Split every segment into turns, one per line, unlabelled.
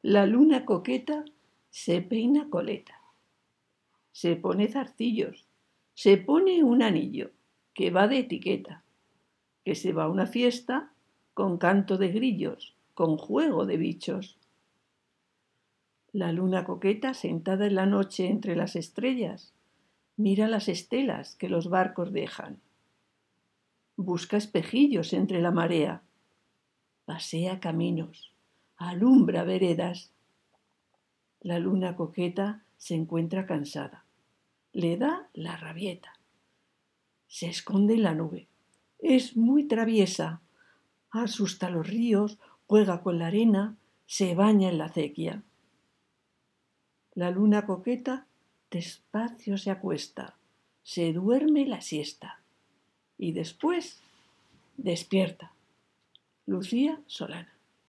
La luna coqueta se peina coleta, se pone zarcillos, se pone un anillo, que va de etiqueta, que se va a una fiesta con canto de grillos, con juego de bichos. La luna coqueta, sentada en la noche entre las estrellas, mira las estelas que los barcos dejan. Busca espejillos entre la marea, pasea caminos, alumbra veredas. La luna coqueta se encuentra cansada, le da la rabieta, se esconde en la nube, es muy traviesa, asusta a los ríos, juega con la arena, se baña en la acequia. La luna coqueta despacio se acuesta, se duerme la siesta y después despierta. Lucía Solana.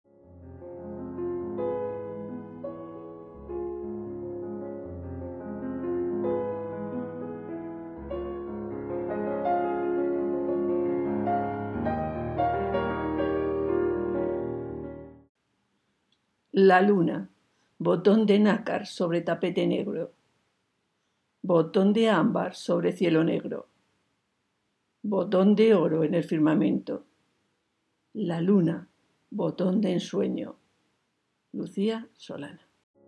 La luna, botón de nácar sobre tapete negro, botón de ámbar sobre cielo negro, botón de oro en el firmamento. La luna, botón de ensueño. Lucía Solana.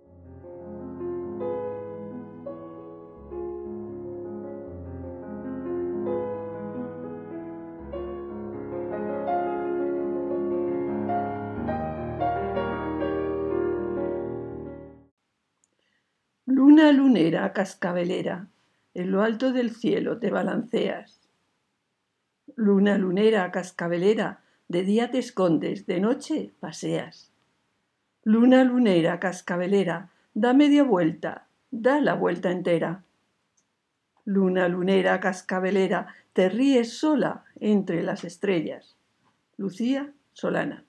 Luna lunera, cascabelera, en lo alto del cielo te balanceas. Luna lunera, cascabelera, de día te escondes, de noche paseas. Luna lunera, cascabelera, da media vuelta, da la vuelta entera. Luna lunera, cascabelera, te ríes sola entre las estrellas. Lucía Solana.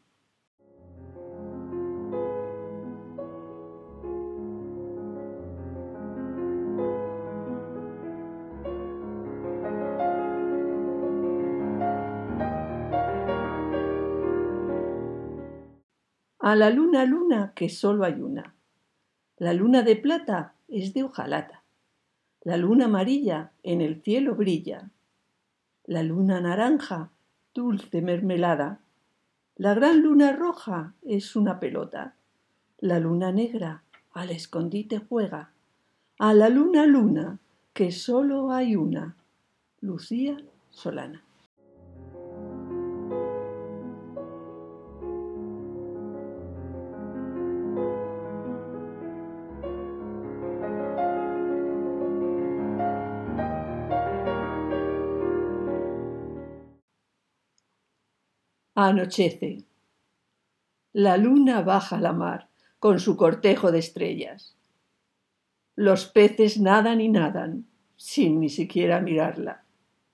A la luna, luna, que solo hay una. La luna de plata es de hojalata. La luna amarilla en el cielo brilla. La luna naranja, dulce mermelada. La gran luna roja es una pelota. La luna negra al escondite juega. A la luna, luna, que solo hay una. Lucía Solana. Anochece. La luna baja a la mar con su cortejo de estrellas. Los peces nadan y nadan sin ni siquiera mirarla.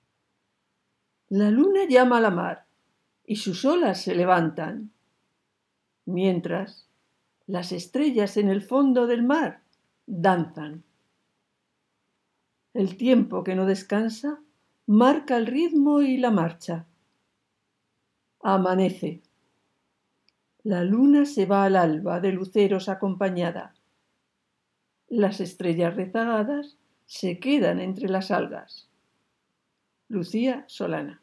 La luna llama a la mar y sus olas se levantan, mientras las estrellas en el fondo del mar danzan. El tiempo que no descansa marca el ritmo y la marcha. Amanece. La luna se va al alba de luceros acompañada. Las estrellas rezagadas se quedan entre las algas. Lucía Solana.